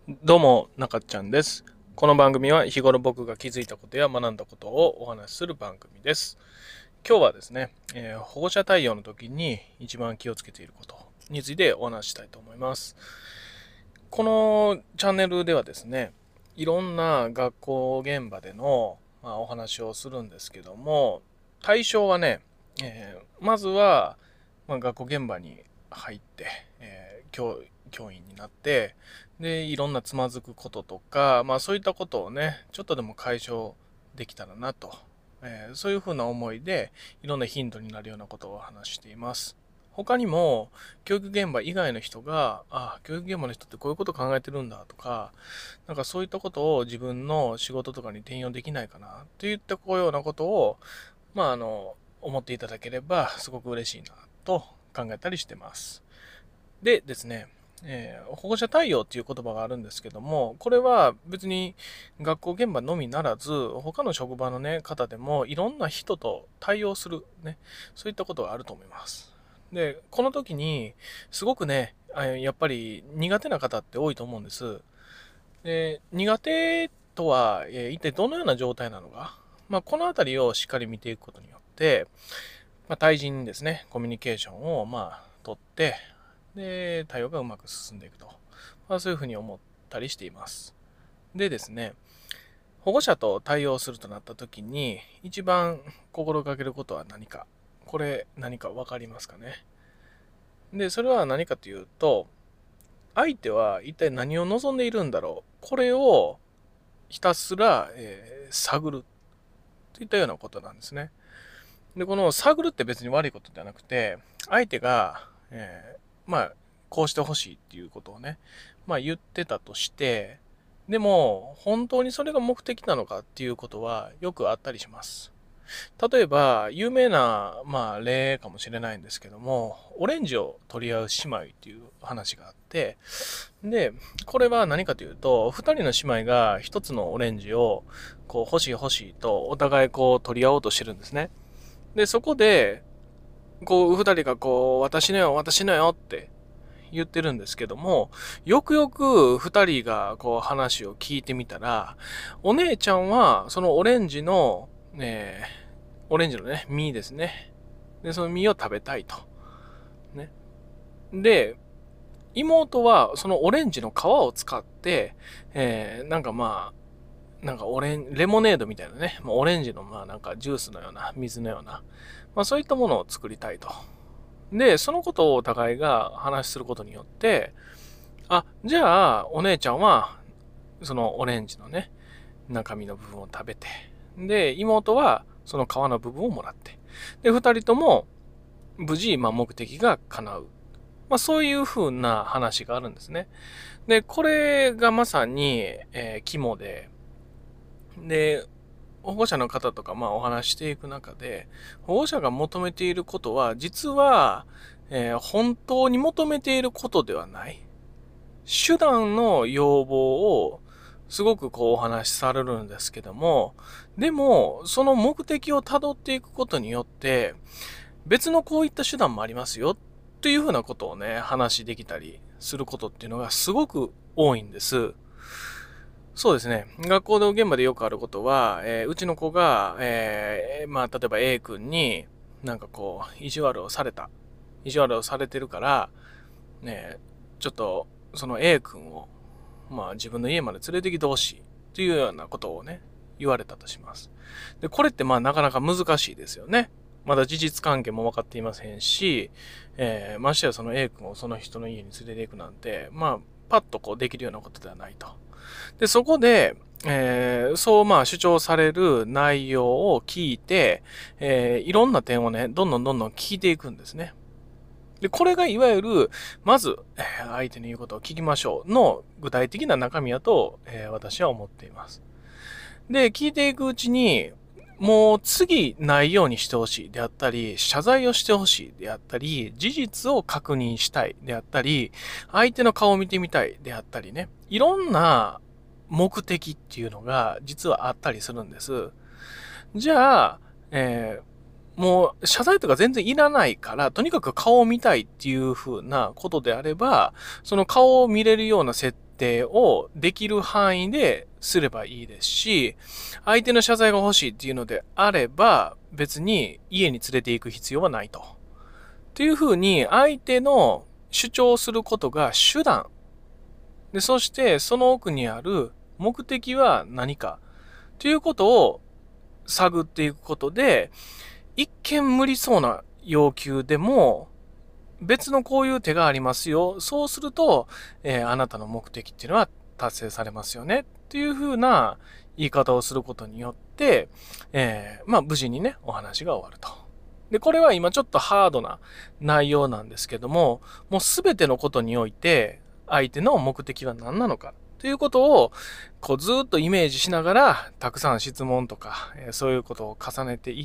どうも、なかっちゃんです。この番組は日頃僕が気づいたことや学んだことをお話しする番組です。今日はですね、保護者対応の時に一番気をつけていることについてお話ししたいと思います。このチャンネルではですね、いろんな学校現場での、お話をするんですけども、対象はね、まずは、学校現場に入って、教員になって、で、いろんなつまずくこととか、そういったことをね、ちょっとでも解消できたらなと、そういうふうな思いで、いろんなヒントになるようなことを話しています。他にも、教育現場以外の人が、教育現場の人ってこういうこと考えてるんだとか、なんかそういったことを自分の仕事とかに転用できないかな、といったこういうようなことを、思っていただければ、すごく嬉しいな、と考えたりしてます。でですね、保護者対応っていう言葉があるんですけども、これは別に学校現場のみならず、他の職場のね、方でもいろんな人と対応するね、そういったことがあると思います。で、この時に、すごくね、やっぱり苦手な方って多いと思うんです。で、苦手とは、一体どのような状態なのか、このあたりをしっかり見ていくことによって、対人にですね、コミュニケーションを、取って、で、対応がうまく進んでいくと。そういうふうに思ったりしています。でですね、保護者と対応するとなった時に、一番心がけることは何か。これ何かわかりますかね。で、それは何かというと、相手は一体何を望んでいるんだろう。これをひたすら、探るといったようなことなんですね。で、この探るって別に悪いことではなくて、相手が、こうしてほしいっていうことをね、言ってたとして、でも、本当にそれが目的なのかっていうことはよくあったりします。例えば、有名な、例かもしれないんですけども、オレンジを取り合う姉妹っていう話があって、で、これは何かというと、二人の姉妹が一つのオレンジを、こう、欲しい欲しいと、お互いこう、取り合おうとしてるんですね。で、そこで、こう、二人がこう、私のよ、私のよって言ってるんですけども、よくよく二人がこう話を聞いてみたら、お姉ちゃんはそのオレンジの、オレンジのね、実ですね。で、その実を食べたいと。ね。で、妹はそのオレンジの皮を使って、レモネードみたいなね、オレンジのなんかジュースのような、水のような、そういったものを作りたいと。で、そのことをお互いが話しすることによって、じゃあ、お姉ちゃんは、そのオレンジのね、中身の部分を食べて、で、妹はその皮の部分をもらって、で、二人とも無事、目的が叶う。そういう風な話があるんですね。で、これがまさに、肝で、保護者の方とか、お話していく中で、保護者が求めていることは、実は、本当に求めていることではない。手段の要望を、すごくこうお話しされるんですけども、でも、その目的を辿っていくことによって、別のこういった手段もありますよ、というふうなことをね、話できたりすることっていうのがすごく多いんです。そうですね。学校の現場でよくあることは、うちの子が、例えば A 君になんかこう、意地悪をされた。意地悪をされてるから、ね、ちょっと、その A 君を、自分の家まで連れてきてほしい。というようなことをね、言われたとします。で、これってなかなか難しいですよね。まだ事実関係も分かっていませんし、ましてやその A 君をその人の家に連れて行くなんて、パッとこうできるようなことではないと。で、そこで、そう主張される内容を聞いて、いろんな点をね、どんどん聞いていくんですね。で、これがいわゆる、まず、相手の言うことを聞きましょうの具体的な中身だと、私は思っています。で、聞いていくうちに、もう次ないようにしてほしいであったり、謝罪をしてほしいであったり、事実を確認したいであったり、相手の顔を見てみたいであったりね、いろんな目的っていうのが実はあったりするんです。じゃあ、もう謝罪とか全然いらないから、とにかく顔を見たいっていう風なことであれば、その顔を見れるような定をできる範囲ですればいいですし、相手の謝罪が欲しいっていうのであれば、別に家に連れて行く必要はないと。というふうに、相手の主張することが手段。で、そしてその奥にある目的は何かということを探っていくことで、一見無理そうな要求でも、別のこういう手がありますよ。そうすると、あなたの目的っていうのは達成されますよね。っていうふうな言い方をすることによって、無事にね、お話が終わると。で、これは今ちょっとハードな内容なんですけども、もうすべてのことにおいて、相手の目的は何なのかということを、こうずっとイメージしながら、たくさん質問とか、そういうことを重ねていって、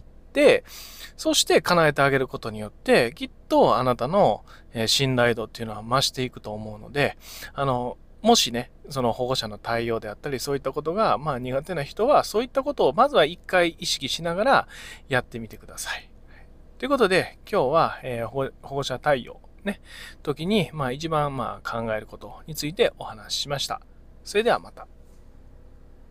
そして叶えてあげることによって、きっとあなたの信頼度っていうのは増していくと思うので、もしね、その保護者の対応であったり、そういったことが、苦手な人は、そういったことをまずは一回意識しながらやってみてください。ということで、今日は、保護者対応ね、時に、一番考えることについてお話ししました。それではまた。